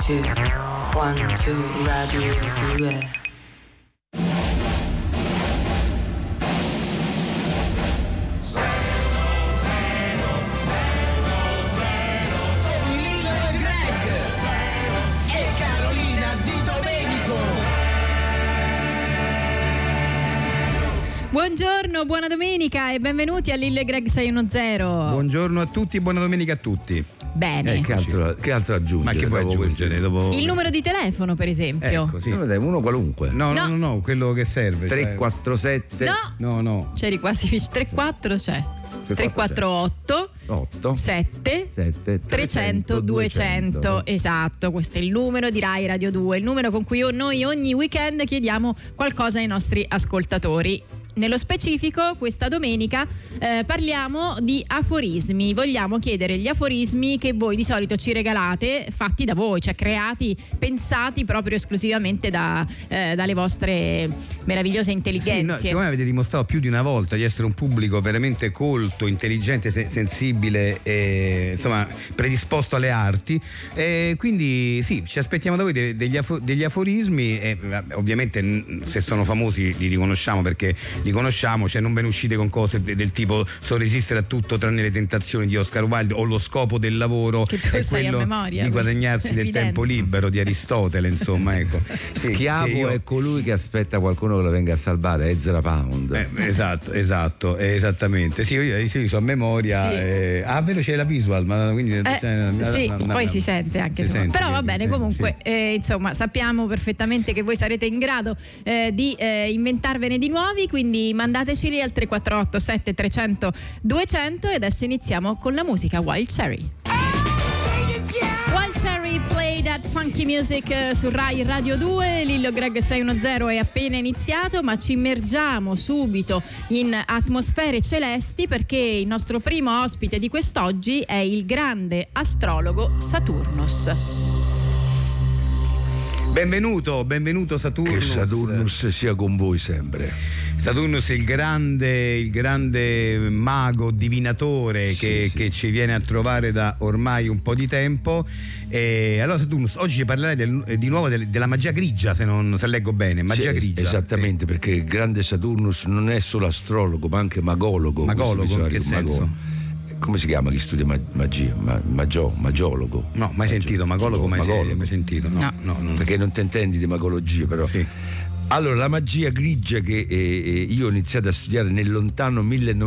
2, 1, 2, Radio 2. Buongiorno, buona domenica e benvenuti a Lillo e Greg 610. Buongiorno a tutti, buona domenica a tutti. Bene. Che altro aggiungere? Ma che vuoi aggiungere? Dopo... Il numero di telefono, per esempio. Ecco, sì. Uno qualunque. No, quello che serve. 347. No. C'eri quasi vicino. 34 c'è. 348 8 7 300 200. Esatto, questo è il numero di Rai Radio 2, il numero con cui noi ogni weekend chiediamo qualcosa ai nostri ascoltatori. Nello specifico, questa domenica parliamo di aforismi. Vogliamo chiedere gli aforismi che voi di solito ci regalate, fatti da voi, cioè creati, pensati proprio esclusivamente dalle vostre meravigliose intelligenze. Sì, secondo me avete dimostrato più di una volta di essere un pubblico veramente colto, intelligente, sensibile e insomma predisposto alle arti. Quindi sì, ci aspettiamo da voi degli aforismi e ovviamente se sono famosi li riconosciamo perché li conosciamo, cioè non ve ne uscite con cose del tipo so resistere a tutto tranne le tentazioni di Oscar Wilde o lo scopo del lavoro che tu è sai quello a memoria, di guadagnarsi del tempo libero di Aristotele, insomma, ecco. Schiavo è colui che aspetta qualcuno che lo venga a salvare, Ezra Pound. Esatto, esattamente. Sì, io so a memoria. Sì. Vero, c'è la visual, ma quindi poi si sente anche. Però va bene, comunque insomma sappiamo perfettamente che voi sarete in grado di inventarvene di nuovi, quindi mandateci lì al 348 7300 200 e adesso iniziamo con la musica Wild Cherry. Wild Cherry played at Funky Music su Rai Radio 2. Lillo Greg 610 è appena iniziato, ma ci immergiamo subito in atmosfere celesti perché il nostro primo ospite di quest'oggi è il grande astrologo Saturnus. Benvenuto Saturnus. Che Saturnus sia con voi sempre. Saturnus è il grande mago divinatore che ci viene a trovare da ormai un po' di tempo. E allora Saturnus, oggi ci parlerai di nuovo della magia grigia, se leggo bene, magia grigia. Esattamente, perché il grande Saturnus non è solo astrologo ma anche magologo. In che senso? Come si chiama chi studia magia? Magiologo? No, mai sentito, magologo mai sentito. No. Perché non ti intendi di magologia, però. Sì. Allora, la magia grigia che io ho iniziato a studiare nel lontano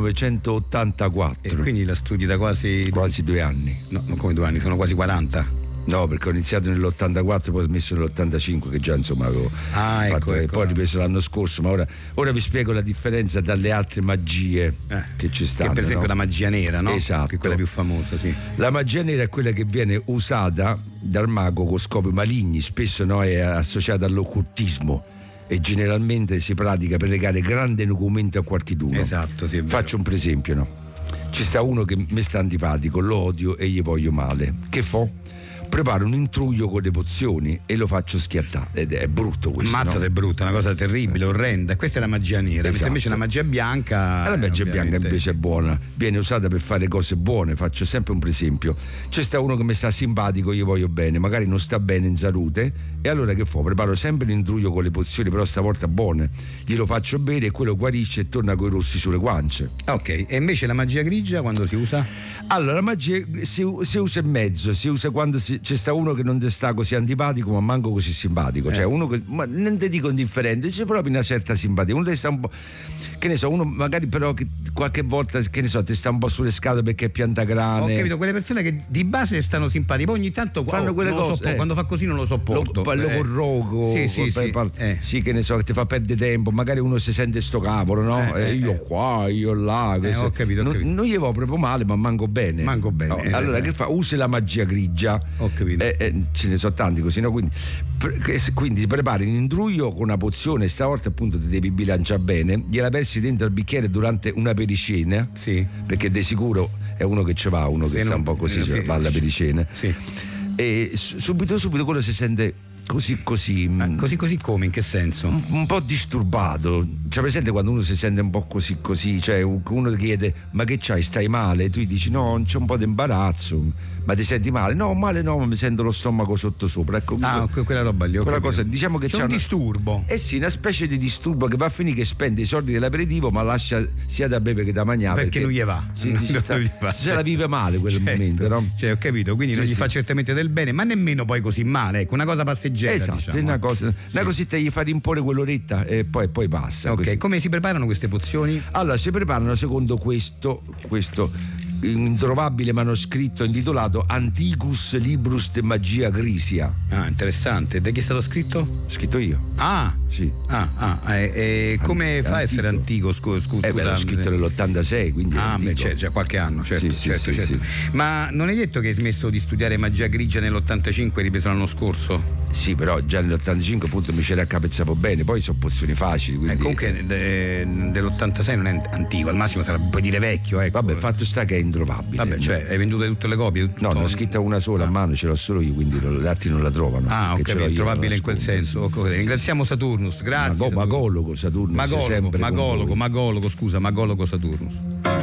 1984. E quindi la studi da quasi 2 anni. No, come 2 anni, sono quasi 40. No, perché ho iniziato nell'84, poi ho smesso nell'85, che già insomma avevo fatto, e poi ho ripreso l'anno scorso. Ma ora vi spiego la differenza dalle altre magie che ci stanno. Che per esempio la magia nera, no? Esatto. Che è quella più famosa, sì. La magia nera è quella che viene usata dal mago con scopi maligni, spesso è associata all'occultismo e generalmente si pratica per legare grande documento a qualcuno. Esatto, sì, è vero. Faccio un esempio, no? Ci sta uno che mi sta antipatico, lo odio e gli voglio male. Che fa? Preparo un intruglio con le pozioni e lo faccio schiattare. Ed è brutto questo. Mazzate, no? È brutta, una cosa terribile, orrenda. Questa è la magia nera, Esatto. Invece la magia bianca. La magia bianca invece è buona, viene usata per fare cose buone. Faccio sempre un esempio. C'è sta uno che mi sta simpatico, io voglio bene, magari non sta bene in salute, e allora che fa? Preparo sempre l'intruglio con le pozioni, però stavolta buone. Glielo faccio bere e quello guarisce e torna coi rossi sulle guance. Ok, e invece la magia grigia quando si usa? Allora, la magia si usa in mezzo, si usa quando c'è sta uno che non ti sta così antipatico, ma manco così simpatico. Cioè uno che, ma non ti dico indifferente, c'è proprio una certa simpatia. Uno ti sta un po', che ne so, uno magari però che qualche volta, che ne so, ti sta un po' sulle scatole perché è piantagrane. Ho capito, quelle persone che di base stanno simpatiche, poi ogni tanto fanno quelle cose. Quando fa così non lo sopporto. Lo corrogo, sì, che ne so, che ti fa perdere tempo. Magari uno si sente sto cavolo, no? Io qua, io là. Ho capito. Non gli va proprio male, ma manco bene. No, allora che fa? Usi la magia grigia. Ho capito. Ce ne sono tanti così, no? Quindi prepari un intruglio con una pozione, stavolta appunto ti devi bilanciare bene, gliela versi dentro al bicchiere durante una pericena, sì, perché di sicuro è uno che ce va, uno che sta un po' così, va alla pericena, sì. E subito quello si sente così. Così come? In che senso? Un po' disturbato. Cioè, presente quando uno si sente un po' così, cioè uno ti chiede: ma che c'hai, stai male? E tu gli dici: no, c'è un po' di imbarazzo. Ma ti senti male? No, male no, ma mi sento lo stomaco sottosopra. Ecco, quella roba lì. Quella cosa, diciamo che c'è un disturbo. Sì, una specie di disturbo che va a finire che spende i soldi dell'aperitivo, ma lascia sia da bere che da mangiare. Perché non gli va. Se la vive male quel momento, no? Cioè, ho capito, quindi non gli fa certamente del bene, ma nemmeno poi così male, ecco, una cosa passeggera. Esatto, diciamo. una cosetta gli fa rimpore quell'oretta e poi passa. Ok, così. come si preparano queste pozioni? Allora, si preparano secondo questo introvabile manoscritto intitolato Antiquus Librus de Magia Grisia. Ah, interessante. Da chi è stato scritto? Scritto io. Ah, sì. Come fa a essere antico? Scusa. L'ho scritto nell'86, quindi. C'è già qualche anno, certo. Sì. Ma non hai detto che hai smesso di studiare magia grigia nell'85 e ripreso l'anno scorso? Sì, però già nell'85 appunto mi c'era accapezzavo bene, poi sono pozioni facili. Quindi... comunque dell'86 non è antico, al massimo sarà, puoi dire vecchio, ecco. Vabbè, il fatto sta che è introvabile. Vabbè, cioè, hai venduto tutte le copie? No, ne ho scritta una sola a mano, ce l'ho solo io, quindi gli altri non la trovano. Ah, ok, è trovabile in quel senso. Okay. Ringraziamo Saturnus, grazie. Magologo Saturnus. Magologo Saturnus.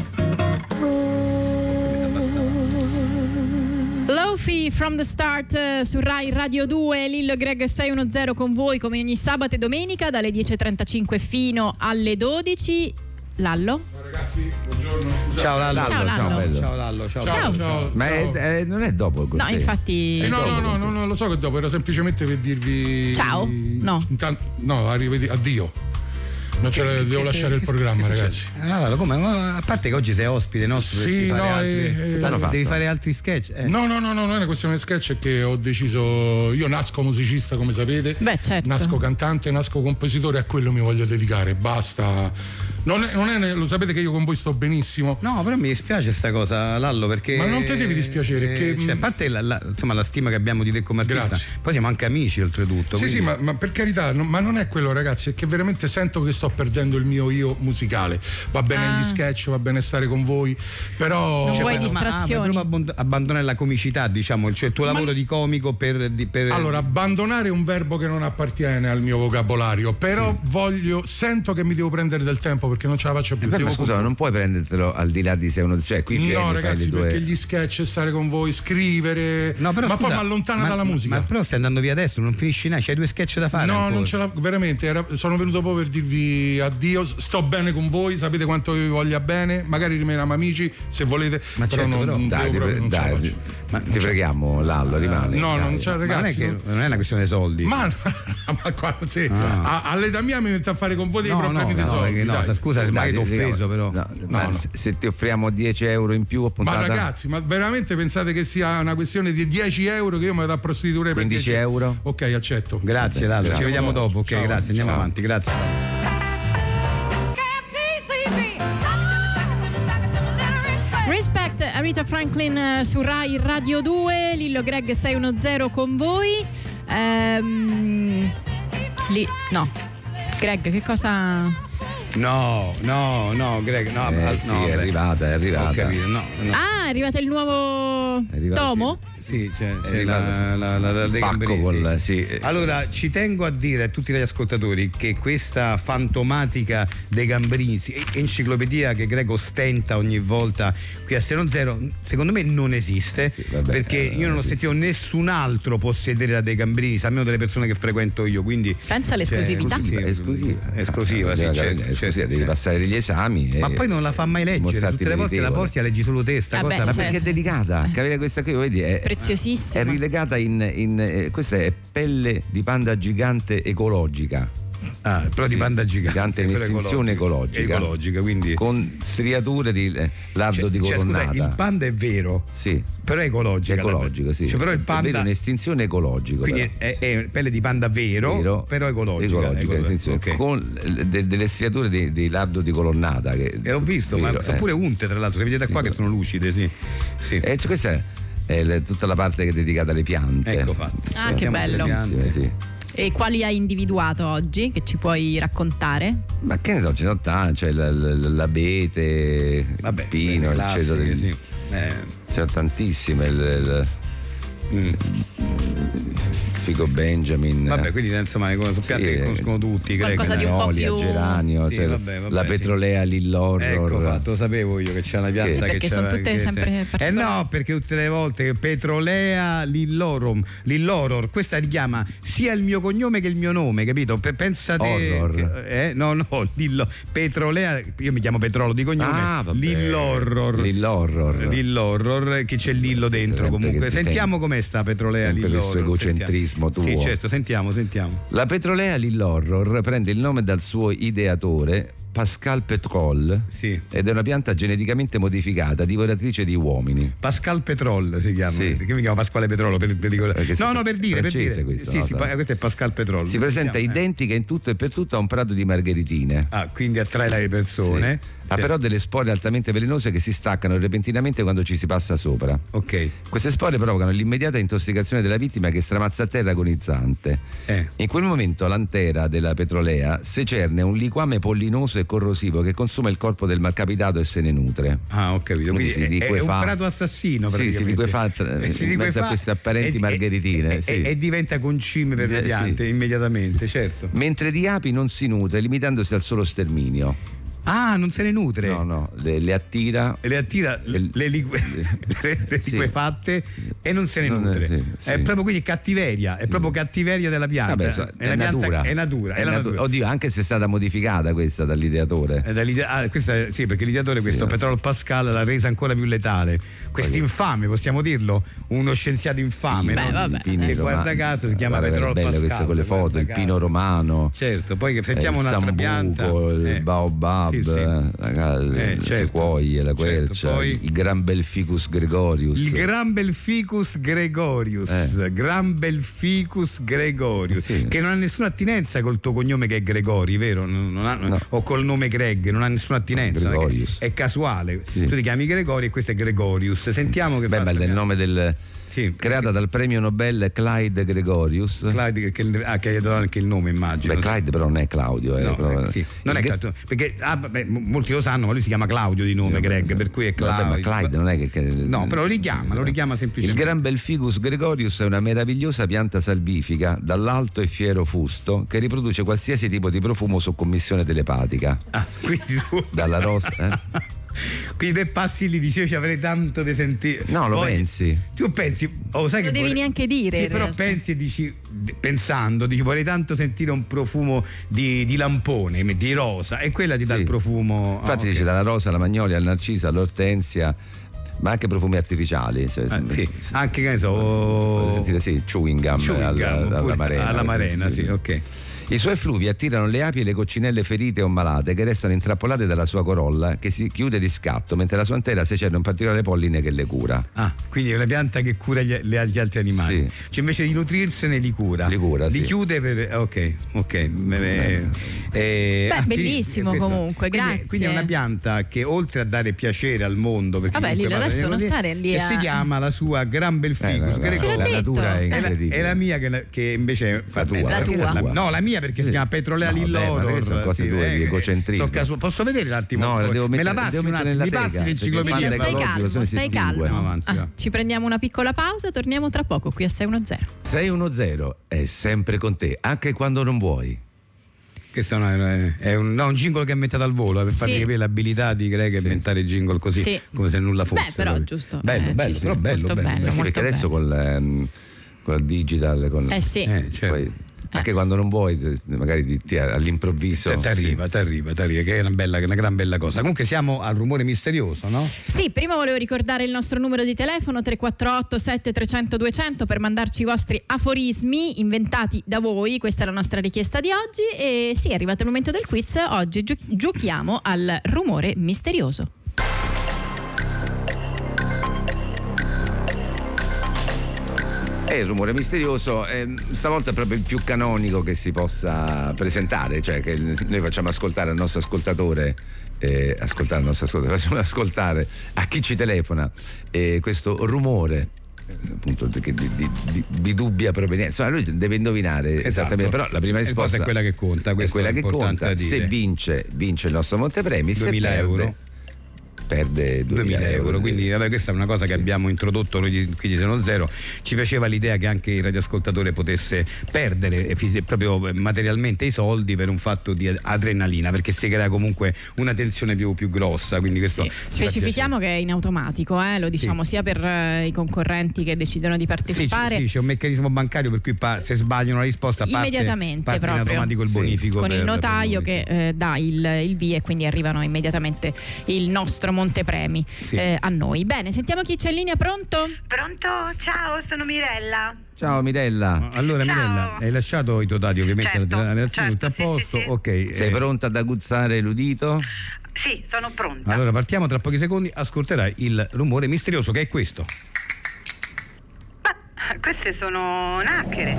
Lofi from the start su Rai Radio 2, Lillo Greg 610 con voi come ogni sabato e domenica dalle 10.35 fino alle 12. Lallo? Ciao ragazzi, buongiorno. Scusate. Ciao Lallo. Ciao Lallo. Ciao. Ma non è dopo? No, infatti. No, lo so che dopo, era semplicemente per dirvi. Ciao? No. No, addio. Non ce la devo lasciare il programma, ragazzi. Allora, come? A parte che oggi sei ospite nostro, sì, devi fare altri sketch. No, non è una questione di sketch, è che ho deciso. Io nasco musicista, come sapete. Beh, certo. Nasco cantante, nasco compositore, a quello mi voglio dedicare. Basta. Non è, lo sapete che io con voi sto benissimo. No, però mi dispiace sta cosa, Lallo, perché. Ma non ti devi dispiacere. Cioè, a parte la stima che abbiamo di te come artista, grazie. Poi siamo anche amici oltretutto. Sì, quindi... sì, ma per carità, ma non è quello, ragazzi, è che veramente sento che sto perdendo il mio io musicale. Va bene gli sketch, va bene stare con voi, però. Non vuoi distrazioni. Proprio abbandonare la comicità, diciamo, cioè il tuo lavoro di comico per. Allora, abbandonare è un verbo che non appartiene al mio vocabolario, però sento che mi devo prendere del tempo perché non ce la faccio più. Ma scusa, non puoi prendertelo al di là di se uno. Cioè, qui no, ragazzi, perché gli sketch, stare con voi, scrivere. No, però, poi mi allontana dalla musica. Ma però stai andando via adesso, non finisci c'hai 2 sketch da fare. No, ancora. Non ce l'ho veramente. Sono venuto proprio per dirvi addio. Sto bene con voi, sapete quanto vi voglia bene. Magari rimaniamo amici se volete. Ma però dai, ma ti preghiamo, Lallo, rimane. No, non c'è, ragazzi. Non è una questione di soldi. Ma sì, all'età mia mi metto a fare con voi dei problemi di soldi. No, scusa, ma ti ho offeso, però. Se ti offriamo 10 euro in più a puntata. Ma ragazzi, ma veramente pensate che sia una questione di 10 euro che io mi vado a prostituire 15 per 10 euro? Ok, accetto. Grazie, Lallo, ci vediamo dopo. Ok, ciao, grazie, andiamo avanti, grazie. Respect, Aretha Franklin su Rai Radio 2, Lillo Greg 610 con voi. Greg, che cosa? No, Greg, no. Sì, è arrivata. Ho capito, no. Ah, è arrivato il nuovo tomo? Sì, c'è la De Gambrini, sì. Allora, ci tengo a dire a tutti gli ascoltatori che questa fantomatica De Gambrini, enciclopedia che Greg ostenta ogni volta qui a Seno Zero, secondo me non esiste, perché io non ho sentito nessun altro possedere la De Gambrini, almeno delle persone che frequento io, quindi pensa all'esclusività. Esclusiva, sì, certo. Devi passare degli esami. Ma poi non la fa mai leggere, tutte le volte la porti a leggi solo te, sta cosa. Ma perché è delicata? Capite, questa qui, vedi, è preziosissima. È rilegata in questa è pelle di panda gigante ecologica. Però di panda gigante in estinzione ecologica, quindi con striature di lardo di colonnata. Scusa, il panda è vero, sì, però è ecologico, sì. Cioè, però il panda è in estinzione ecologica, quindi è pelle di panda vero però ecologica. Okay. Con delle striature di lardo di colonnata che ho visto, ma sono pure unte, tra l'altro, se vedete qua che sono lucide, sì. Cioè, questa è tutta la parte che è dedicata alle piante. Ecco fatto. Che bello. Sì. E quali hai individuato oggi che ci puoi raccontare? Ma che ne so, ce ne sono tanti, cioè l'abete, il pino, il cedro, sì. C'è tantissime, Enrico Benjamin. Vabbè, quindi insomma sono piante che conoscono tutti. Qualcosa di un po' più Geranio, sì, vabbè, la Petrolea Lill'Horror. Ecco fatto, sapevo io che c'è una pianta che perché sono tutte sempre particolari. no, perché tutte le volte Petrolea Lill'Horror, questa richiama sia il mio cognome che il mio nome, capito? Pensate no, Petrolea, io mi chiamo Petrolo di cognome. Lill'Horror, che c'è Lillo dentro comunque. Sentiamo com'è sta Petrolea Lill'Horror. Questo egocentrismo tuo. Sì, certo, sentiamo. La Petrolea Lill'Horror prende il nome dal suo ideatore Pascal Petrol, sì. Ed è una pianta geneticamente modificata, divoratrice di uomini. Pascal Petrol si chiama, sì. Che mi chiamo Pasquale Petrolo per ricordare. Per dire. Questo, sì, questo è Pascal Petrol. Si presenta identica in tutto e per tutto a un prato di margheritine. Quindi attrae le persone. Sì. Ha però delle spore altamente velenose che si staccano repentinamente quando ci si passa sopra. Ok. Queste spore provocano l'immediata intossicazione della vittima, che stramazza a terra agonizzante. In quel momento l'antera della Petrolea secerne un liquame pollinoso e corrosivo che consuma il corpo del malcapitato e se ne nutre. Ho capito. Quindi è un prato assassino praticamente. Si liquefa a queste apparenti margheritine. E diventa concime per le piante immediatamente, certo. Mentre di api non si nutre, limitandosi al solo sterminio. Non se ne nutre? No, le attira. Le liquefatte e non se ne nutre. Sì. È proprio quindi cattiveria, è proprio cattiveria della pianta. Vabbè, è natura. È natura. Oddio, anche se è stata modificata questa dall'ideatore. Questa, sì, perché l'ideatore, questo Petrol Pascal, l'ha resa ancora più letale. Quest'infame, possiamo dirlo? Uno scienziato infame, no? Che guarda caso si chiama Petrol Pascal. Queste con le foto, il pino romano. Certo, poi che sentiamo un'altra pianta. Il baobab. Le sequoie, la quercia, poi il Gran Belficus Gregorius. Gran Belficus Gregorius, che non ha nessuna attinenza col tuo cognome che è Gregori, vero? No. O col nome Greg, non ha nessuna attinenza. È casuale. Sì. Tu ti chiami Gregori e questo è Gregorius. Sentiamo che ma è del nome del. Sì, creata dal premio Nobel Clyde Gregorius. Clyde che gli dato anche il nome, immagino. Clyde però non è Claudio. Non è Claudio, perché molti lo sanno, ma lui si chiama Claudio di nome, Greg, per cui è Claudio. Ma Clyde non è che no, però lo richiama semplicemente. Il Gran Belficus Gregorius è una meravigliosa pianta salvifica dall'alto e fiero fusto che riproduce qualsiasi tipo di profumo su commissione telepatica. Quindi tu dalla rosa. Quindi te passi lì, dici io ci avrei tanto da sentire. No, lo pensi. Tu pensi, sai lo devi neanche dire. Sì, però pensi e dici, dici vorrei tanto sentire un profumo di lampone, di rosa, e quella ti dà il profumo. Infatti dice dalla rosa alla magnolia, al narcisa, all'ortensia, ma anche profumi artificiali. Sì, anche che ne so. Sentire chewing gum alla marena, sì, ok. I suoi effluvi attirano le api e le coccinelle ferite o malate che restano intrappolate dalla sua corolla, che si chiude di scatto, mentre la sua antera secerne un particolare polline che le cura. Quindi è una pianta che cura gli altri animali. Sì. Cioè invece di nutrirsene li cura. Li chiude per. Ok. Bellissimo comunque, grazie. Quindi è una pianta che oltre a dare piacere al mondo, perché lì adesso non stare lì si chiama la sua Gran Belficus Gregorius. La natura è incredibile. È la mia che invece fa la tua. No, la mia perché si chiama Petrolea Lill'Horror. Sono cose tue di egocentrismo. Posso vedere un attimo? No, me la passi un attimo? Mi passi l'enciclopedia? Stai calmo. Ci prendiamo una piccola pausa, torniamo tra poco qui a 610. 610 è sempre con te, anche quando non vuoi. Questo è un jingle che ha inventato al volo per farvi capire l'abilità di Greg a inventare jingle così, come se nulla fosse. Però giusto. Bello, però bello. Sì, perché adesso con il digital, certo. Poi, anche quando non vuoi, magari all'improvviso ti arriva, che è una gran bella cosa. Comunque siamo al rumore misterioso, no? Sì, prima volevo ricordare il nostro numero di telefono 348 7300 200 per mandarci i vostri aforismi inventati da voi. Questa è la nostra richiesta di oggi e sì, è arrivato il momento del quiz. Oggi giochiamo al rumore misterioso. Il rumore misterioso stavolta è proprio il più canonico che si possa presentare, cioè che noi facciamo ascoltare al nostro ascoltatore, facciamo ascoltare a chi ci telefona questo rumore appunto di dubbia provenienza. Lui deve indovinare esattamente, però la prima risposta è quella che conta. È quella che conta. Se vince il nostro montepremi, 2000 euro. perde 2000 euro. Quindi questa è una cosa che abbiamo introdotto noi qui di Seno Zero. Ci piaceva l'idea che anche il radioascoltatore potesse perdere proprio materialmente i soldi per un fatto di adrenalina, perché si crea comunque una tensione più grossa. Quindi questo specifichiamo che è in automatico, lo diciamo sia per i concorrenti che decidono di partecipare. Sì, c'è un meccanismo bancario per cui se sbagliano la risposta immediatamente parte proprio in automatico il bonifico con il notaio che dà il via, e quindi arrivano immediatamente il nostro montepremi a noi. Bene, sentiamo chi c'è in linea. Pronto? Ciao, sono Mirella. Ciao Mirella. Allora Ciao. Mirella, hai lasciato i tuoi dati ovviamente nella relazione, tutto a posto? Sì. Ok. Sei pronta ad aguzzare l'udito? Sì, sono pronta. Allora partiamo tra pochi secondi, ascolterai il rumore misterioso che è questo. Queste sono nacchere.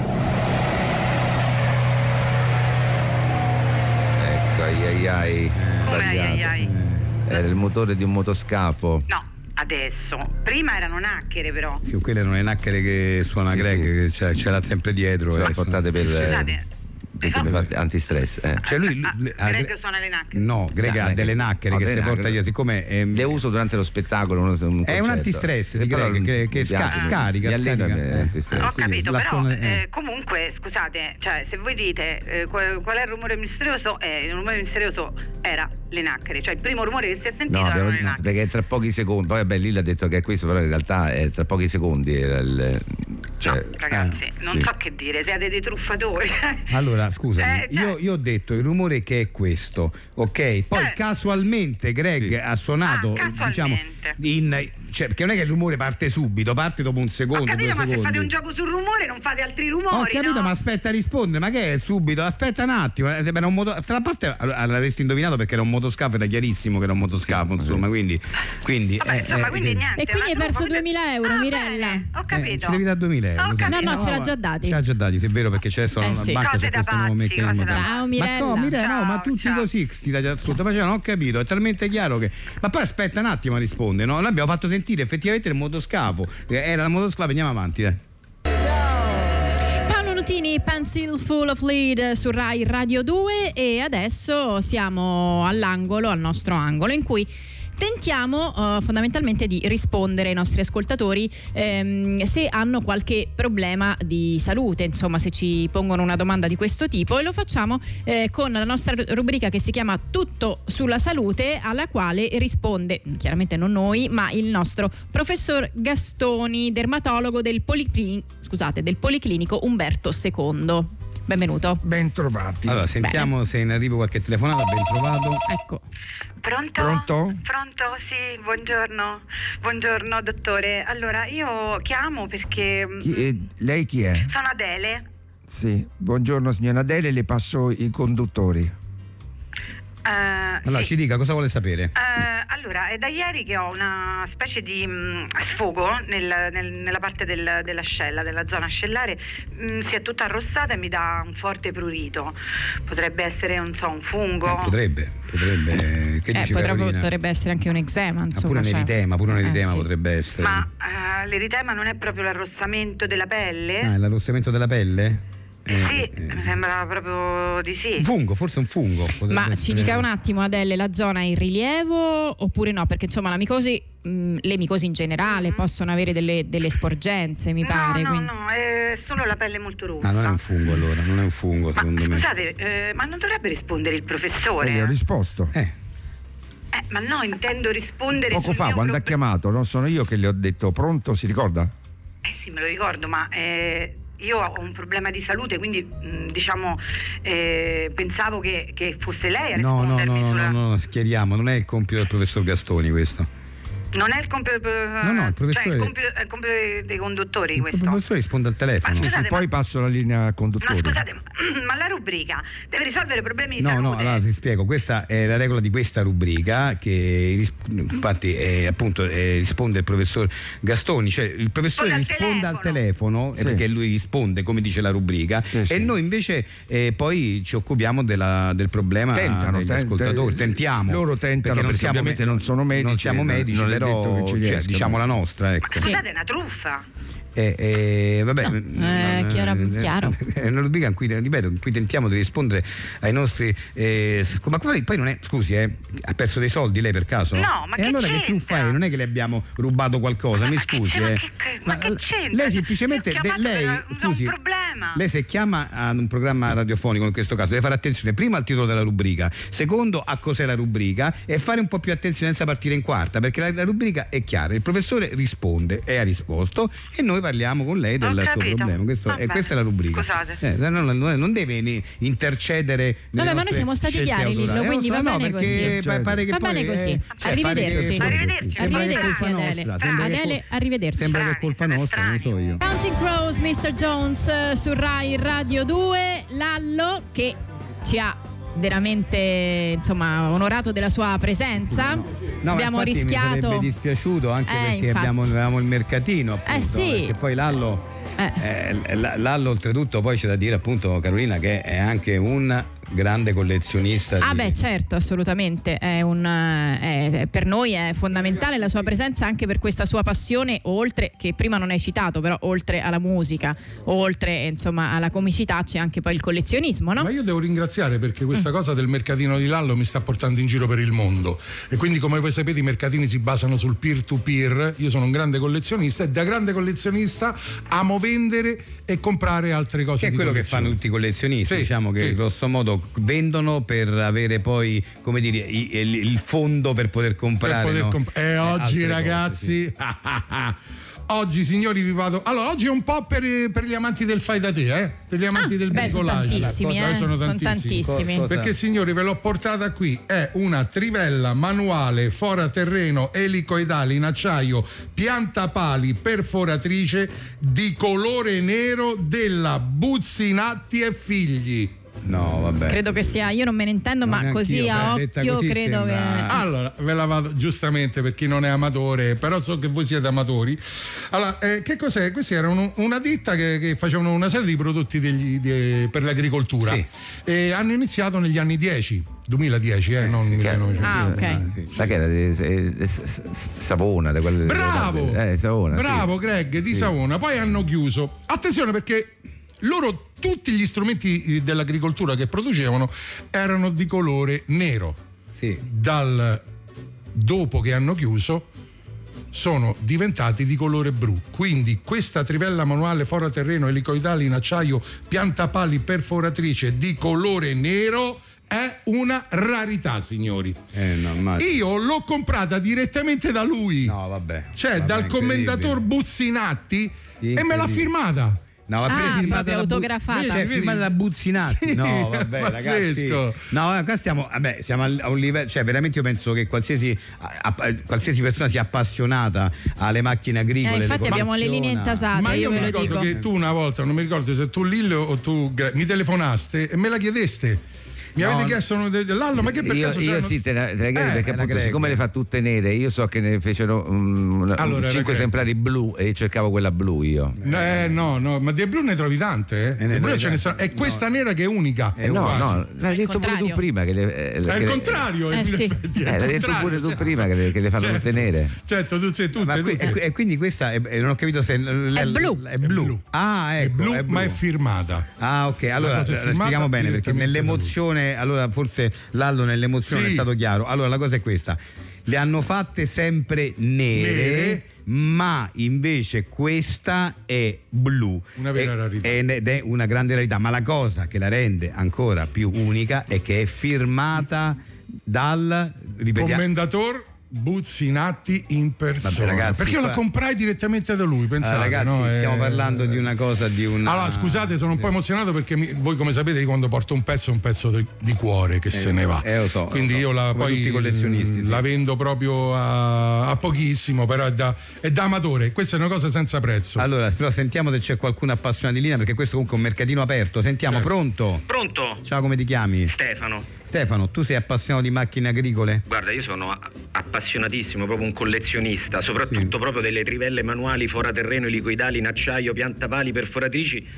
Ecco, ai. Era il motore di un motoscafo. No, adesso. Prima erano nacchere però. Sì, quelle erano le nacchere che suona Greg, che ce l'ha sempre dietro. Sono portate per... Scusate. perché mi fa antistress. Cioè lui Greg suona le nacchere. No, Greg ha delle nacchere che si porta via, siccome le uso durante lo spettacolo. È un antistress di Greg che scarica. Ho capito, però comunque scusate, cioè se voi dite qual è il rumore misterioso, il rumore misterioso era le nacchere, cioè il primo rumore che si è sentito erano le nacchere. Perché tra pochi secondi, poi vabbè lì l'ha detto che è questo, però in realtà tra pochi secondi era il... Cioè, no, ragazzi, non so che dire, siete dei truffatori. Allora, scusami, io ho detto il rumore che è questo, ok? Poi casualmente Greg ha suonato, diciamo, perché non è che il rumore parte subito, parte dopo un secondo. Ho capito, ma secondi. se fate un gioco sul rumore non fate altri rumori. Ho capito, no? ma aspetta a rispondere, ma che è subito? Aspetta un attimo, era un tra la parte l'avresti indovinato perché era un motoscafo, era chiarissimo che era un motoscafo, insomma, quindi vabbè, quindi niente. E quindi hai perso 2000 euro, Mirella. Bene, ho capito. ci devi dare 2000 euro. No, ce l'ha già dati. Ce l'ha già dati, se è vero, perché c'è adesso una banca cose su questo nuovo meccanismo. Ciao Mirella. Ma ma tutti così sti ascolta, ma non ho capito, è talmente chiaro che. Ma poi aspetta un attimo a rispondere, no? Noi abbiamo fatto sentire effettivamente il motoscafo. Era il motoscafo, andiamo avanti, Paolo Nutini, Pencil Full of Lead su Rai Radio 2, e adesso siamo al nostro angolo, in cui tentiamo fondamentalmente di rispondere ai nostri ascoltatori se hanno qualche problema di salute, insomma, se ci pongono una domanda di questo tipo, e lo facciamo con la nostra rubrica che si chiama Tutto sulla salute, alla quale risponde chiaramente non noi, ma il nostro professor Gastoni, dermatologo del Policlinico Umberto II. Benvenuto. Ben trovati. Allora, sentiamo se in arrivo qualche telefonata. Ben trovato. Ecco. Pronto? Sì, buongiorno dottore. Allora, io chiamo perché... Lei chi è? Sono Adele. Sì, buongiorno signora Adele, le passo i conduttori. Allora, sì. ci dica cosa vuole sapere. Allora, è da ieri che ho una specie di sfogo nella parte dell'ascella, della zona ascellare, si è tutta arrossata e mi dà un forte prurito. Potrebbe essere, non so, un fungo? Potrebbe. Che dici, potrebbe essere anche un eczema, insomma. Pure un eritema potrebbe essere. Ma l'eritema non è proprio l'arrossamento della pelle? È l'arrossamento della pelle? Sì, mi sembra proprio di sì. Un fungo, forse un fungo. Ma ci dica un attimo, Adele, la zona è in rilievo oppure no? Perché insomma le micosi in generale possono avere delle sporgenze, mi pare. No, è solo la pelle molto rossa. Non è un fungo, allora, non è un fungo, secondo me. Scusate, ma non dovrebbe rispondere il professore? Gli ho risposto. Ma no, intendo rispondere Poco fa, quando ha chiamato, non sono io che le ho detto pronto, si ricorda? Sì, me lo ricordo, ma io ho un problema di salute, quindi pensavo che fosse lei a rispondermi. No, chiariamo, non è il compito del professor Gastoni questo. Non è il compito il professore. cioè è il compito dei conduttori questo. Il professore risponde al telefono. Ma scusate, poi passo la linea a conduttori. No, scusate, ma la rubrica deve risolvere problemi di salute. No, allora ti spiego, questa è la regola di questa rubrica che infatti risponde il professor Gastoni, cioè il professore risponde al telefono perché lui risponde come dice la rubrica e noi invece poi ci occupiamo del problema degli ascoltatori. Tentiamo. Loro tentano perché ovviamente non sono medici. Non siamo medici, però diciamo la nostra, ecco. Ma scusate, è una truffa. Vabbè, chiaro. È una rubrica in cui, ripeto, in cui tentiamo di rispondere ai nostri ma poi non è, scusi, ha perso dei soldi lei per caso? No, ma e allora che tu fai? Non è che le abbiamo rubato qualcosa, mi scusi. Ma che c'entra? Lei semplicemente scusi, un problema. Lei se chiama ad un programma radiofonico in questo caso deve fare attenzione prima al titolo della rubrica, secondo a cos'è la rubrica e fare un po' più attenzione senza partire in quarta, perché la rubrica è chiara, il professore risponde e ha risposto e noi parliamo con lei del suo problema. Questa è la rubrica. Scusate. Non deve intercedere. Vabbè, ma noi siamo stati chiari, Lillo, quindi va bene così. Pare che va bene così. Arrivederci. Arrivederci Adele, arrivederci. Sembra che è colpa nostra, non so io. Counting Crows, Mr. Jones su Rai Radio 2. Lallo che ci ha veramente onorato della sua presenza. No, abbiamo rischiato. Mi sarebbe dispiaciuto anche perché avevamo il mercatino, appunto, sì. Perché poi Lallo oltretutto poi c'è da dire, appunto, Carolina, che è anche un grande collezionista. Beh, certo, assolutamente. Per noi è fondamentale la sua presenza anche per questa sua passione, oltre che prima non hai citato, però oltre alla musica, oltre alla comicità, c'è anche poi il collezionismo, no? Ma io devo ringraziare perché questa cosa del mercatino di Lallo mi sta portando in giro per il mondo e quindi, come voi sapete, i mercatini si basano sul peer to peer. Io sono un grande collezionista e da grande collezionista amo vendere e comprare altre cose. Che è quello che fanno tutti i collezionisti, diciamo che grosso modo vendono per avere poi, come dire, il fondo per poter comprare. E oggi, ragazzi, oggi, signori, vi vado. Allora, oggi è un po' per gli amanti del fai da te, per gli amanti del bricolage. Sono tantissimi. Perché, signori, ve l'ho portata qui. È una trivella manuale fora terreno elicoidale in acciaio, piantapali, perforatrice di colore nero della Buzzinatti e Figli. No, vabbè. Credo che sia, io non me ne intendo, ma così a occhio così credo sembra... che. Allora, ve la vado giustamente per chi non è amatore, però so che voi siete amatori. Allora, che cos'è? Questa era una ditta che facevano una serie di prodotti per l'agricoltura. Sì. E hanno iniziato negli anni 2010, non 1900. Ok. Sa che era Savona, da quelle. Bravo! Savona, bravo, sì. Greg, di Savona. Poi hanno chiuso. Attenzione, perché loro, tutti gli strumenti dell'agricoltura che producevano erano di colore nero. Sì. Dopo che hanno chiuso sono diventati di colore blu. Quindi questa trivella manuale fora terreno elicoidale in acciaio, piantapali, perforatrice di colore nero è una rarità, signori. Io l'ho comprata direttamente da lui. No, vabbè. Cioè, dal commendator Buzzinatti, e me l'ha firmata. No, proprio autografata. È firmata da Buzzinatti. Sì, no, vabbè, ragazzi. No, qua stiamo a un livello, cioè veramente io penso che qualsiasi persona sia appassionata alle macchine agricole. Infatti abbiamo le linee intasate. Ma io ve mi lo ricordo dico. che tu una volta, non mi ricordo se tu Lillo o tu mi telefonaste e me la chiedeste. Mi avete chiesto Lallo, ma che per caso io sì, te la chiedo perché appunto, siccome le fa tutte nere, io so che ne fecero 5 esemplari blu e cercavo quella blu io. No, ma di blu ne trovi tante, Di blu ce ne sono. È questa nera che è unica. No, l'hai detto pure tu prima che è il contrario, l'hai detto pure tu prima che le fanno tutte nere. Certo, tu sei tutte. E quindi questa non ho capito se è blu. È blu. Ah, ecco, è blu, ma è firmata. Ah, ok, allora spieghiamo bene, perché nell'emozione, allora forse Lallo nell'emozione è stato chiaro. Allora la cosa è questa: le hanno fatte sempre nere. Ma invece questa è blu, una vera rarità, ed è una grande rarità. Ma la cosa che la rende ancora più unica è che è firmata dal commendator Buzzinatti in persona. Vabbè, ragazzi, perché io la comprai direttamente da lui, pensate, ragazzi, stiamo parlando di una cosa, di una... Allora, scusate, sono un po' emozionato perché voi, come sapete, quando porto un pezzo di cuore che se ne va. Lo so. Quindi io poi tutti i collezionisti la vendo proprio a pochissimo, però è da amatore. Questa è una cosa senza prezzo. Allora, però sentiamo se c'è qualcuno appassionato di linea, perché questo comunque è un mercatino aperto. Sentiamo, certo. Pronto? Ciao, come ti chiami? Stefano, tu sei appassionato di macchine agricole? Guarda, io sono appassionatissimo, proprio un collezionista, soprattutto proprio delle trivelle manuali fora terreno elicoidali in acciaio, piantapali, perforatrici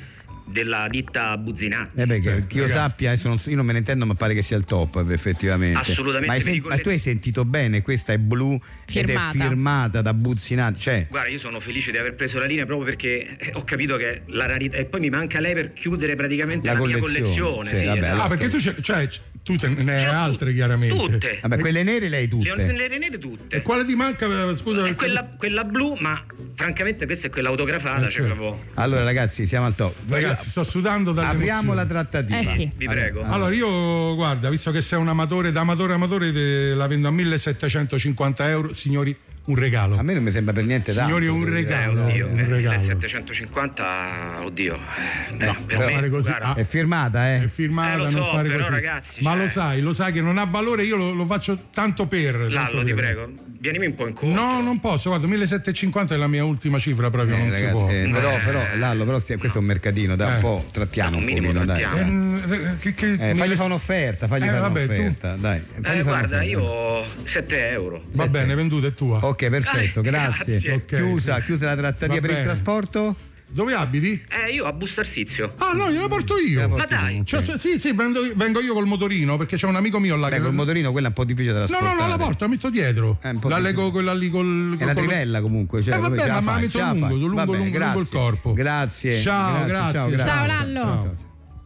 della ditta Buzzinatti. Che io sappia, io non me ne intendo, ma pare che sia il top effettivamente. Assolutamente. Ma tu hai sentito bene, questa è blu ed è firmata da Buzzinatti. Guarda, io sono felice di aver preso la linea proprio perché ho capito che la rarità, e poi mi manca lei per chiudere praticamente la mia collezione. Sì, vabbè, esatto. Perché tu ne hai altre chiaramente. Tutte. Vabbè, quelle nere lei tutte. Le nere tutte. E quale ti manca? Scusa. È quella blu, ma francamente questa è quella autografata. Proprio... Allora ragazzi, siamo al top. Ragazzi, sto sudando dalle Apriamo la trattativa. Sì. Vi prego. Allora io, guarda, visto che sei un amatore, da amatore la vendo a 1.750 euro, signori. Un regalo. A me non mi sembra per niente tanto. Signori, un regalo. Un regalo. 750, oddio. No, per fare così. È firmata, È firmata, non fare però, così. Ragazzi, ma lo sai che non ha valore, io lo faccio tanto per. Lallo, ti prego, vienimi un po' in conto. No, non posso, guarda, 1.750 è la mia ultima cifra proprio, non ragazzi, si può. Però Lallo, questo è un mercatino, da un po' trattiamo un pochino, dai. Fagli fare un'offerta, dai. Guarda, io 7 euro. Va bene, venduta è tua. Ok, perfetto, grazie. Okay, chiusa la trattativa per il trasporto. Dove abiti? Io a Busto Arsizio. Ah no, gliela porto io. Ma dai. Sì, vengo io col motorino, perché c'è un amico mio là. Col motorino quella è un po' difficile da trasportare. No, la porto, la metto dietro. La leggo quella lì col. È una trivella comunque. Vabbè, ma la metto lungo il corpo. Grazie. Ciao, grazie. Ciao Lallo. Ciao.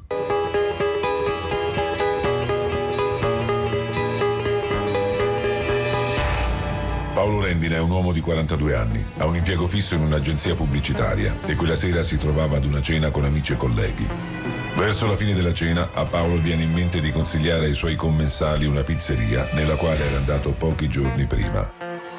Paolo Rendina è un uomo di 42 anni, ha un impiego fisso in un'agenzia pubblicitaria e quella sera si trovava ad una cena con amici e colleghi. Verso la fine della cena a Paolo viene in mente di consigliare ai suoi commensali una pizzeria nella quale era andato pochi giorni prima.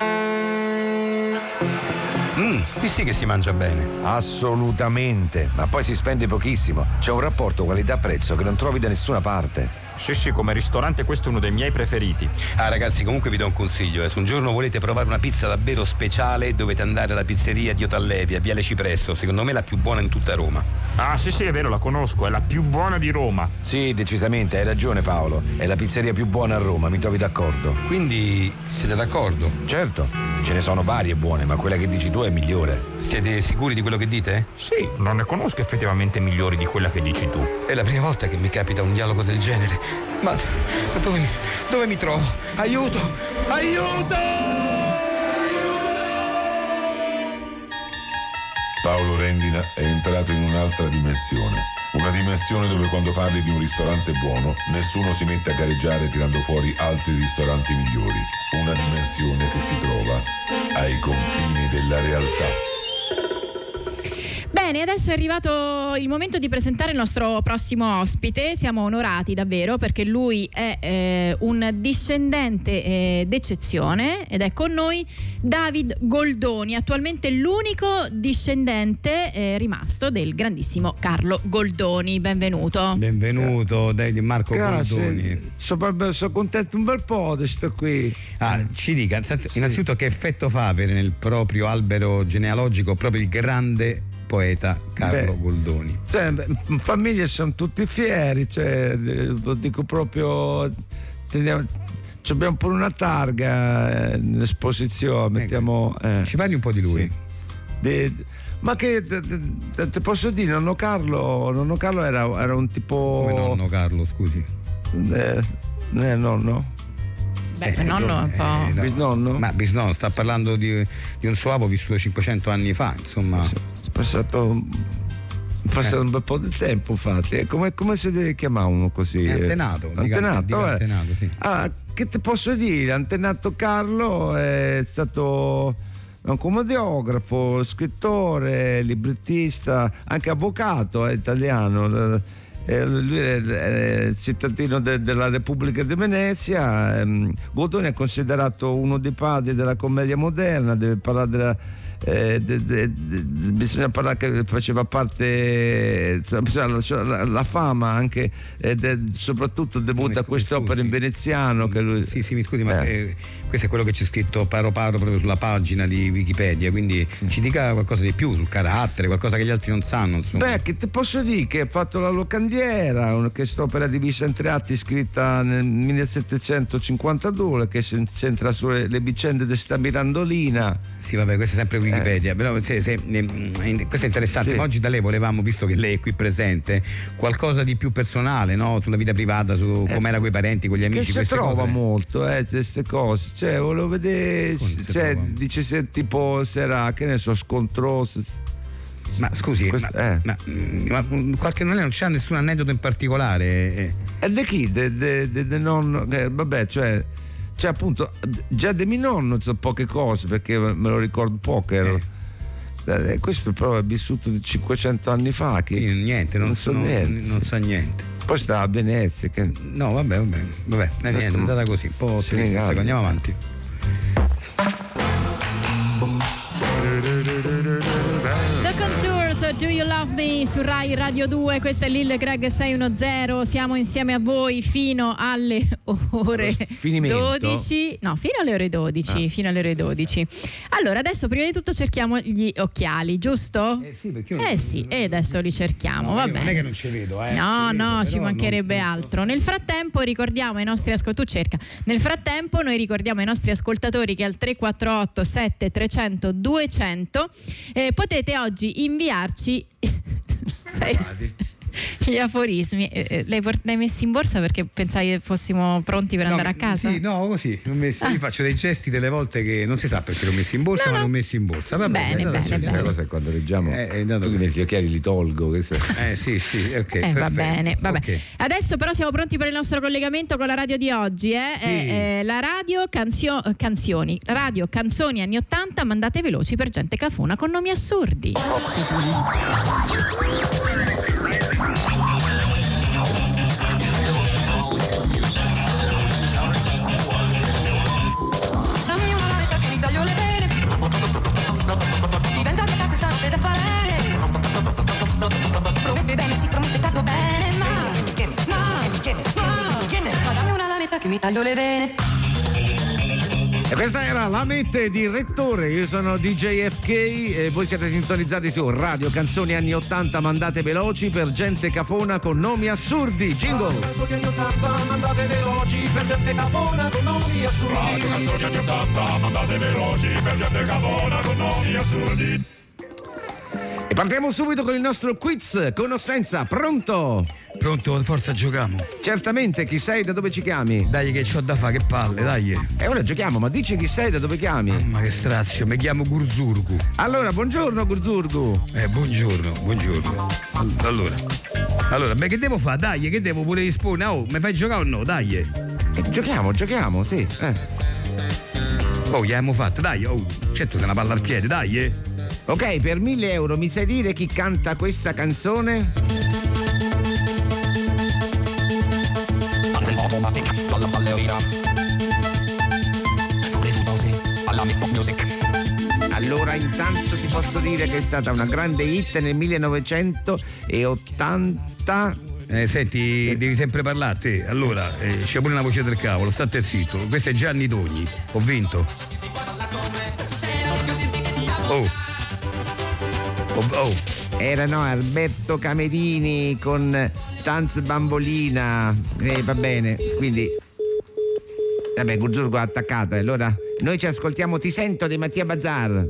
Qui sì che si mangia bene. Assolutamente, ma poi si spende pochissimo. C'è un rapporto qualità-prezzo che non trovi da nessuna parte. Sì, come ristorante questo è uno dei miei preferiti. Ragazzi, comunque vi do un consiglio. Se un giorno volete provare una pizza davvero speciale, dovete andare alla pizzeria di Otallevi a Viale Cipresso. Secondo me è la più buona in tutta Roma. Sì, è vero, la conosco, è la più buona di Roma. Sì, decisamente, hai ragione Paolo. È la pizzeria più buona a Roma, mi trovi d'accordo. Quindi siete d'accordo? Certo, ce ne sono varie buone, ma quella che dici tu è migliore. Siete sicuri di quello che dite? Sì, non ne conosco effettivamente migliori di quella che dici tu. È la prima volta che mi capita un dialogo del genere. Ma dove mi trovo? Aiuto! Paolo Rendina è entrato in un'altra dimensione. Una dimensione dove quando parli di un ristorante buono, nessuno si mette a gareggiare tirando fuori altri ristoranti migliori. Una dimensione che si trova ai confini della realtà. Bene, adesso è arrivato il momento di presentare il nostro prossimo ospite. Siamo onorati davvero perché lui è un discendente d'eccezione ed è con noi David Goldoni, attualmente l'unico discendente rimasto del grandissimo Carlo Goldoni. Benvenuto. Benvenuto David Marco Goldoni. Sono contento un bel po' di sto qui. Ci dica innanzitutto che effetto fa avere nel proprio albero genealogico proprio il grande poeta Carlo Goldoni. In famiglia sono tutti fieri, lo dico proprio, abbiamo pure una targa in esposizione. Ci parli un po' di lui? Ma che ti posso dire, nonno Carlo era un tipo. Come nonno Carlo, scusi? Nonno? Nonno è un po'. Bisnonno? Ma bisnonno, sta parlando di un suo avo vissuto 500 anni fa, insomma. È passato un bel po' di tempo, infatti. Come si deve chiamare uno così? È antenato, sì. Che ti posso dire? Antenato Carlo è stato un commediografo, scrittore, librettista, anche avvocato, è italiano. Lui è cittadino della Repubblica di Venezia. Goldoni è considerato uno dei padri della commedia moderna. Deve parlare bisogna parlare che faceva parte la fama anche soprattutto debutta a quest'opera in veneziano che lui... Sì, mi scusi, ma questo è quello che c'è scritto paro proprio sulla pagina di Wikipedia, quindi ci dica qualcosa di più sul carattere, qualcosa che gli altri non sanno, insomma. Che ti posso dire che ha fatto La Locandiera, quest'opera divisa in 3 atti scritta nel 1752 che si centra sulle vicende di sta Mirandolina. Sì, vabbè, questo è sempre Wikipedia, però questo è interessante. Ma oggi da lei volevamo, visto che lei è qui presente, qualcosa di più personale, no? Sulla vita privata, su com'era coi parenti, con gli amici. Che si trova cose. Molto queste cose, cioè volevo vedere, dice se tipo sarà, che ne so, scontroso. Ma scusi, ma qualche non c'ha nessun aneddoto in particolare? E di chi? De nonno, vabbè, cioè appunto già di mio nonno so poche cose, perché me lo ricordo poco. Questo però è vissuto 500 anni fa, che niente, non sa niente. Poi stava a Venezia che... No, vabbè, niente, è andata così, un po' triste, andiamo avanti. The Contours, Do You Love Me su Rai Radio 2, questa è Lil Greg 610, siamo insieme a voi fino alle ore 12, no, fino alle ore 12, fino alle ore 12. Allora, adesso prima di tutto cerchiamo gli occhiali, giusto? Sì, perché sì, e adesso li cerchiamo, va bene. Non è che non ci vedo, No, ci mancherebbe altro. Nel frattempo ricordiamo ai nostri noi ricordiamo ai nostri ascoltatori che al 348 7300 200 potete oggi inviarci gli aforismi. Li hai messi in borsa perché pensavi che fossimo pronti per andare a casa? Sì, no, così io faccio dei gesti delle volte che non si sa perché l'ho messi in borsa, ma l'ho messi in borsa. Va bene. La cosa è quando leggiamo gli occhiali li tolgo. Sì, ok. Va bene. Okay. Adesso però siamo pronti per il nostro collegamento con la radio di oggi. Sì. La radio canzoni anni 80 mandate veloci per gente cafona con nomi assurdi. Diventa metà questa notte da fare. Promette bene, si promette tanto bene. Ma dammi una lametta che mi taglio le vene. E questa era la mette di Rettore. Io sono DJ FK e voi siete sintonizzati su Radio Canzoni Anni 80 mandate veloci per gente cafona con nomi assurdi. Jingle. Canzoni Anni 80 mandate veloci per gente cafona con nomi assurdi. Radio Canzoni Anni 80 mandate veloci per gente cafona con nomi assurdi. E partiamo subito con il nostro quiz. Conoscenza, pronto? Pronto, forza giochiamo. Certamente, chi sei, da dove ci chiami? Dai che c'ho da fare, che palle, dai. E ora giochiamo, ma dici chi sei, da dove chiami? Ma che strazio, mi chiamo Gurzurgu. Allora, buongiorno Gurzurgu. Buongiorno. Allora, beh, che devo fare? Dai, che devo pure rispondere? Oh, mi fai giocare o no? Dai. Giochiamo, sì. Oh, gli abbiamo fatto, dai, certo, se una palla al piede, dai. Ok, per 1.000 euro mi sai dire chi canta questa canzone? Alla ballerina. Allora intanto ti posso dire che è stata una grande hit nel 1980. Senti, devi sempre parlare te. Allora, c'è pure una voce del cavolo, state zitto. Questo è Gianni Togni, ho vinto. Oh. Erano Alberto Camerini con Tanz Bambolina. Va bene, quindi vabbè, Gurzurgu ha attaccato. Allora noi ci ascoltiamo Ti sento di Mattia Bazzar.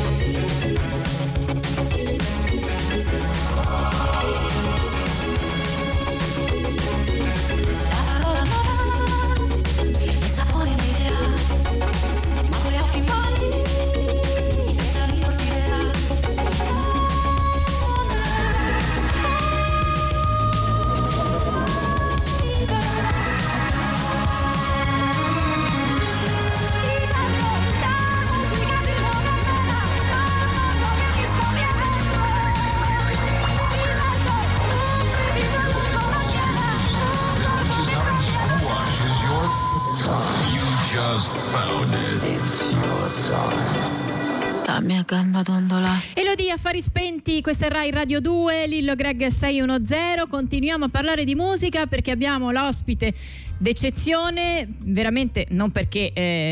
Elodie, Affari Spenti, questa è Rai Radio 2, Lillo Greg 610. Continuiamo a parlare di musica perché abbiamo l'ospite d'eccezione, veramente non perché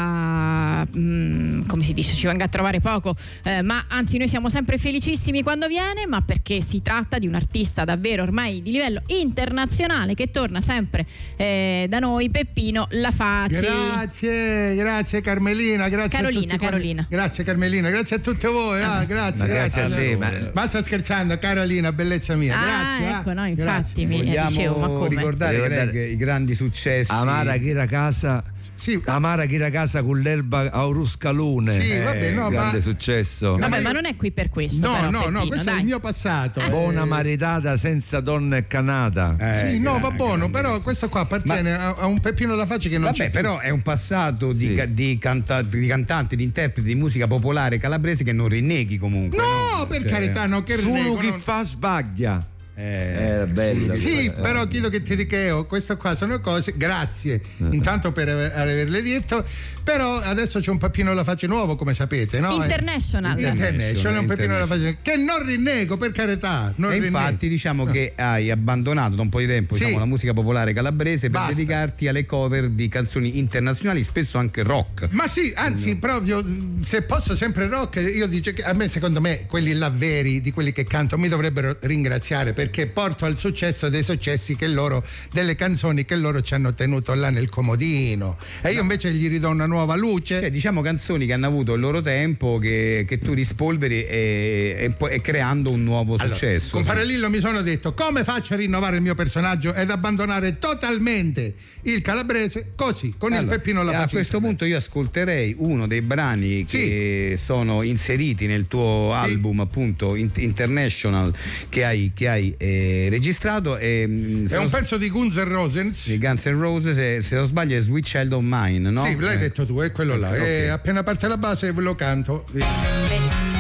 sia come si dice, ci venga a trovare poco, ma anzi noi siamo sempre felicissimi quando viene, ma perché si tratta di un artista davvero ormai di livello internazionale che torna sempre da noi, Peppino Lafaci. Grazie Carmelina, grazie Carolina, a tutti. Carolina. Grazie Carmelina, grazie a tutte voi. Grazie a te. Basta scherzando, Carolina, bellezza mia. Grazie. Ecco, no, infatti grazie. dicevo, ma come? Ricordare Greg, i grandi successi. Amara chi era casa, Amara chi era casa con l'erba auruscalune. Sì, vabbè, no, grande successo. Vabbè, ma non è qui per questo. No, però, no, Peppino, questo dai. è il mio passato. Buona maritata senza donna e canata. Sì, no, va buono, però questo qua appartiene a un Peppino Lafaci che non c'è più. Però è un passato di cantanti, di interpreti di musica popolare calabrese che non rinneghi comunque. No, per carità, no, che solo chi fa sbaglia. Bello. Sì, però chiedo che ti dico, questo qua sono cose, grazie intanto per averle detto, però adesso c'è un Peppino Lafaci nuovo, come sapete, no? International, un Peppino Lafaci che non rinnego, per carità, non rinnego. Infatti diciamo che hai abbandonato da un po' di tempo la musica popolare calabrese per dedicarti alle cover di canzoni internazionali, spesso anche rock. Ma sì, anzi, proprio se posso sempre rock, io dico che a me, secondo me, quelli là veri, di quelli che canto, mi dovrebbero ringraziare, perché porto al successo dei successi delle canzoni che loro ci hanno tenuto là nel comodino, e io invece gli ridò una nuova luce. Cioè, diciamo canzoni che hanno avuto il loro tempo, che tu rispolveri e creando un nuovo successo. Con Parallillo mi sono detto: come faccio a rinnovare il mio personaggio ed abbandonare totalmente il calabrese così, con il Peppino Lafaci? A questo punto io ascolterei uno dei brani che sono inseriti nel tuo album, appunto International, che hai registrato. È un pezzo di Guns N' Roses. Di Guns N' Roses, se non sbaglio è Sweet Child of Mine, no? Sì, l'hai detto tu, è quello là. Okay. E appena parte la base ve lo canto. Benissimo.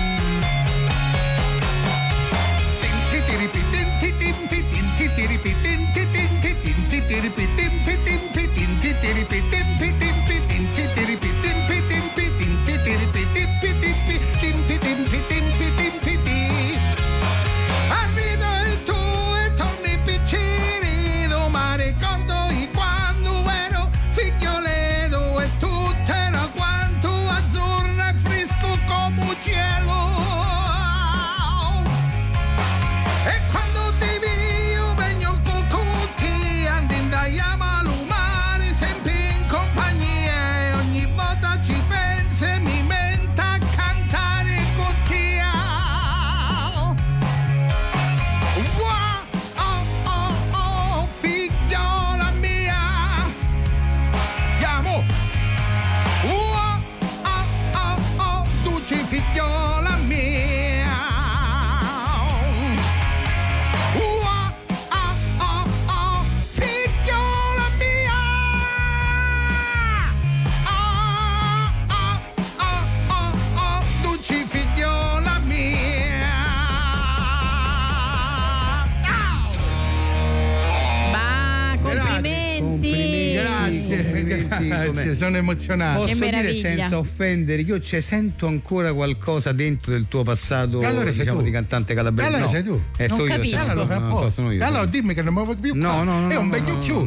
Grazie, sono emozionato. Posso dire senza offendere, io sento ancora qualcosa dentro del tuo passato, allora diciamo, di cantante calabrese. Allora sei tu. Non capisco. Allora dimmi che non mi vuoi più. No, è un begno più.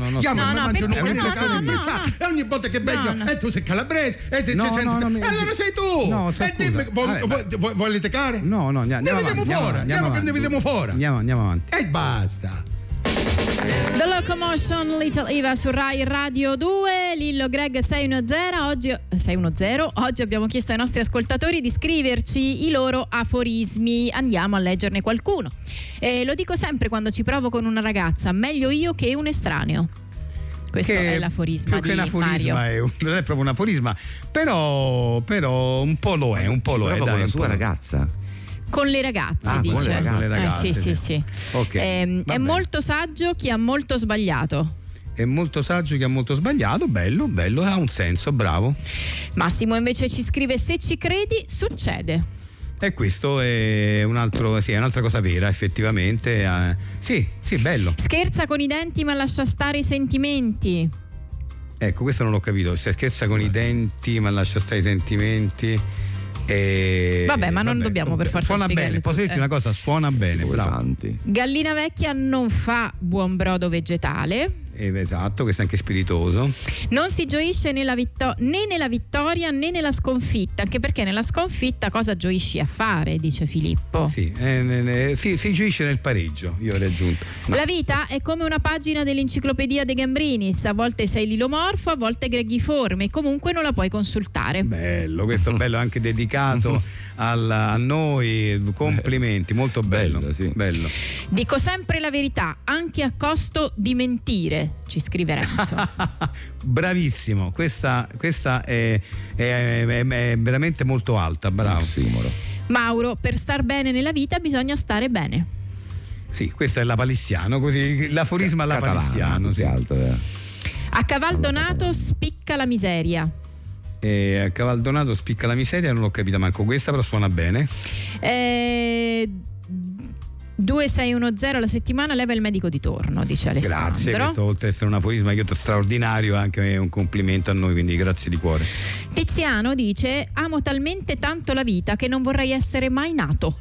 E ogni volta che begno e tu sei calabrese allora sei tu. E dimmi, vuoi litigare? No, andiamo fuori. Andiamo avanti. E basta. The Locomotion, Little Eva su Rai Radio 2, Lillo Greg 610. Oggi abbiamo chiesto ai nostri ascoltatori di scriverci i loro aforismi. Andiamo a leggerne qualcuno. Lo dico sempre quando ci provo con una ragazza: meglio io che un estraneo. Questo è l'aforisma di Mario. Non è proprio un aforisma, però un po' lo è. Con la sua ragazza. Con le ragazze, dice. Con le ragazze, sì. Okay, è molto saggio chi ha molto sbagliato. È molto saggio chi ha molto sbagliato, bello, ha un senso, bravo. Massimo invece ci scrive: se ci credi, succede. E questo è un'altra cosa vera, effettivamente. Sì, bello. Scherza con i denti ma lascia stare i sentimenti. Ecco, questo non l'ho capito. Se scherza con i denti ma lascia stare i sentimenti. Vabbè, ma non dobbiamo per forza suona bene, posso dirti una cosa, suona bene, bravo. Gallina vecchia non fa buon brodo vegetale. Esatto, questo è anche spiritoso. Non si gioisce né nella vittoria né nella sconfitta, anche perché nella sconfitta cosa gioisci a fare, dice Filippo. Sì, si gioisce nel pareggio, io avrei aggiunto. No. La vita è come una pagina dell'enciclopedia De Gambrinis, a volte sei lilomorfo, a volte greghiforme, comunque non la puoi consultare. Bello, questo bello, anche dedicato a noi, complimenti, molto bello, sì. Bello. Dico sempre la verità, anche a costo di mentire, ci scrive Renzo. Bravissimo, questa è veramente molto alta, bravo. Mauro, per star bene nella vita bisogna stare bene. Sì, questo è la Palissiano, così l'aforisma alla Palissiano. Sì. A Cavaldonato spicca la miseria. A Cavaldonato spicca la miseria, non l'ho capita manco questa, però suona bene. 2610 alla settimana leva il medico di torno, dice Alessandro. Grazie, questo oltre ad essere un aforisma io straordinario, anche un complimento a noi, quindi grazie di cuore. Tiziano dice: amo talmente tanto la vita che non vorrei essere mai nato.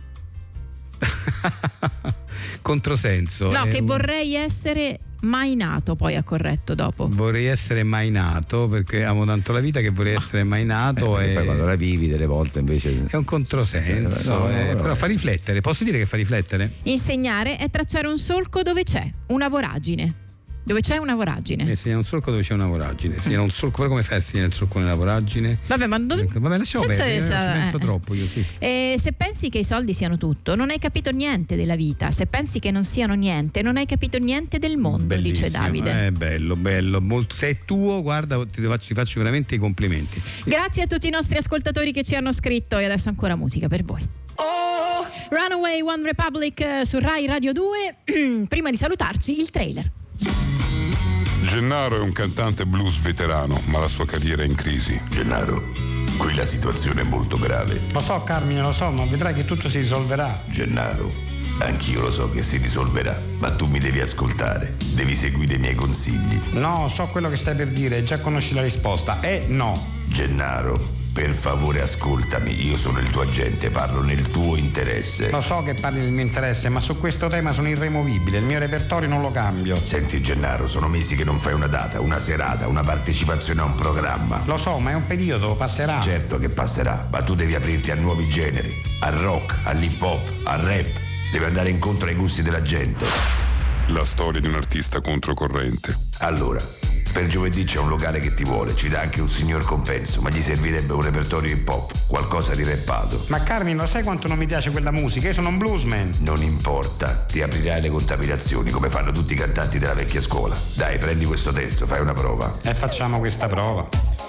Controsenso. No, che vorrei essere mai nato, poi ha corretto dopo. Vorrei essere mai nato perché amo tanto la vita che vorrei essere mai nato. E poi quando la vivi delle volte invece è un controsenso, però fa riflettere. Posso dire che fa riflettere? Insegnare è tracciare un solco dove c'è una voragine. Dove c'è una voragine. Segnala un solco dove c'è una voragine. Segnala un solco, però come fai a segnare il solco nella voragine? Vabbè, ma lasciamo perdere, ci penso troppo io, sì. Se pensi che i soldi siano tutto, non hai capito niente della vita. Se pensi che non siano niente, non hai capito niente del mondo. Bellissimo, dice Davide. Bello, molto. Se è tuo, guarda, ti faccio veramente i complimenti. Grazie a tutti i nostri ascoltatori che ci hanno scritto e adesso ancora musica per voi. Runaway One Republic su Rai Radio 2. Prima di salutarci, il trailer. Gennaro è un cantante blues veterano, ma la sua carriera è in crisi. Gennaro, qui la situazione è molto grave. Lo so, Carmine, lo so, ma vedrai che tutto si risolverà. Gennaro, anch'io lo so che si risolverà, ma tu mi devi ascoltare, devi seguire i miei consigli. No, so quello che stai per dire, già conosci la risposta. No. Gennaro, per favore ascoltami, io sono il tuo agente, parlo nel tuo interesse. Lo so che parli del mio interesse, ma su questo tema sono irremovibile, il mio repertorio non lo cambio. Senti Gennaro, sono mesi che non fai una data, una serata, una partecipazione a un programma. Lo so, ma è un periodo, passerà. Certo che passerà, ma tu devi aprirti a nuovi generi, al rock, all'hip hop, al rap, devi andare incontro ai gusti della gente. La storia di un artista controcorrente. Allora, per giovedì c'è un locale che ti vuole, ci dà anche un signor compenso, ma gli servirebbe un repertorio hip hop, qualcosa di rappato. Ma Carmine, lo sai quanto non mi piace quella musica? Io sono un bluesman. Non importa, ti aprirai le contaminazioni come fanno tutti i cantanti della vecchia scuola. Dai, prendi questo testo, fai una prova. E facciamo questa prova.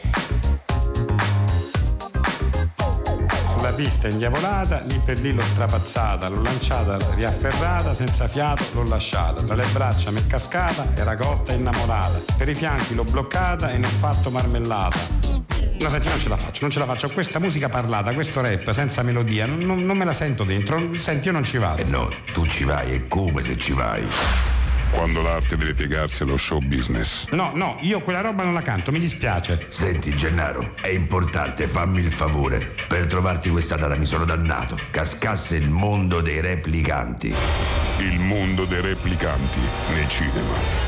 La pista è indiavolata, lì per lì l'ho strapazzata, l'ho lanciata riafferrata, senza fiato l'ho lasciata, tra le braccia mi è cascata, era cotta e innamorata, per i fianchi l'ho bloccata e ne ho fatto marmellata. No, senti, non ce la faccio, questa musica parlata, questo rap senza melodia, non me la sento dentro, senti, io non ci vado. No, tu ci vai, è come se ci vai. Quando l'arte deve piegarsi allo show business. No, io quella roba non la canto, mi dispiace. Senti Gennaro, è importante, fammi il favore. Per trovarti questa data mi sono dannato. Cascasse il mondo dei replicanti. Il mondo dei replicanti nel cinema.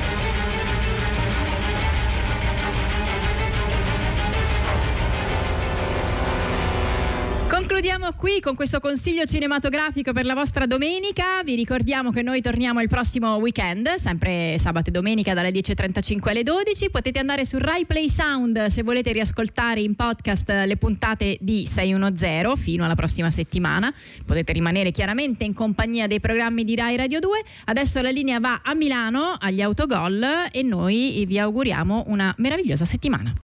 Concludiamo qui con questo consiglio cinematografico per la vostra domenica. Vi ricordiamo che noi torniamo il prossimo weekend, sempre sabato e domenica dalle 10.35 alle 12. Potete andare su Rai Play Sound se volete riascoltare in podcast le puntate di 610 fino alla prossima settimana. Potete rimanere chiaramente in compagnia dei programmi di Rai Radio 2. Adesso la linea va a Milano agli Autogol e noi vi auguriamo una meravigliosa settimana.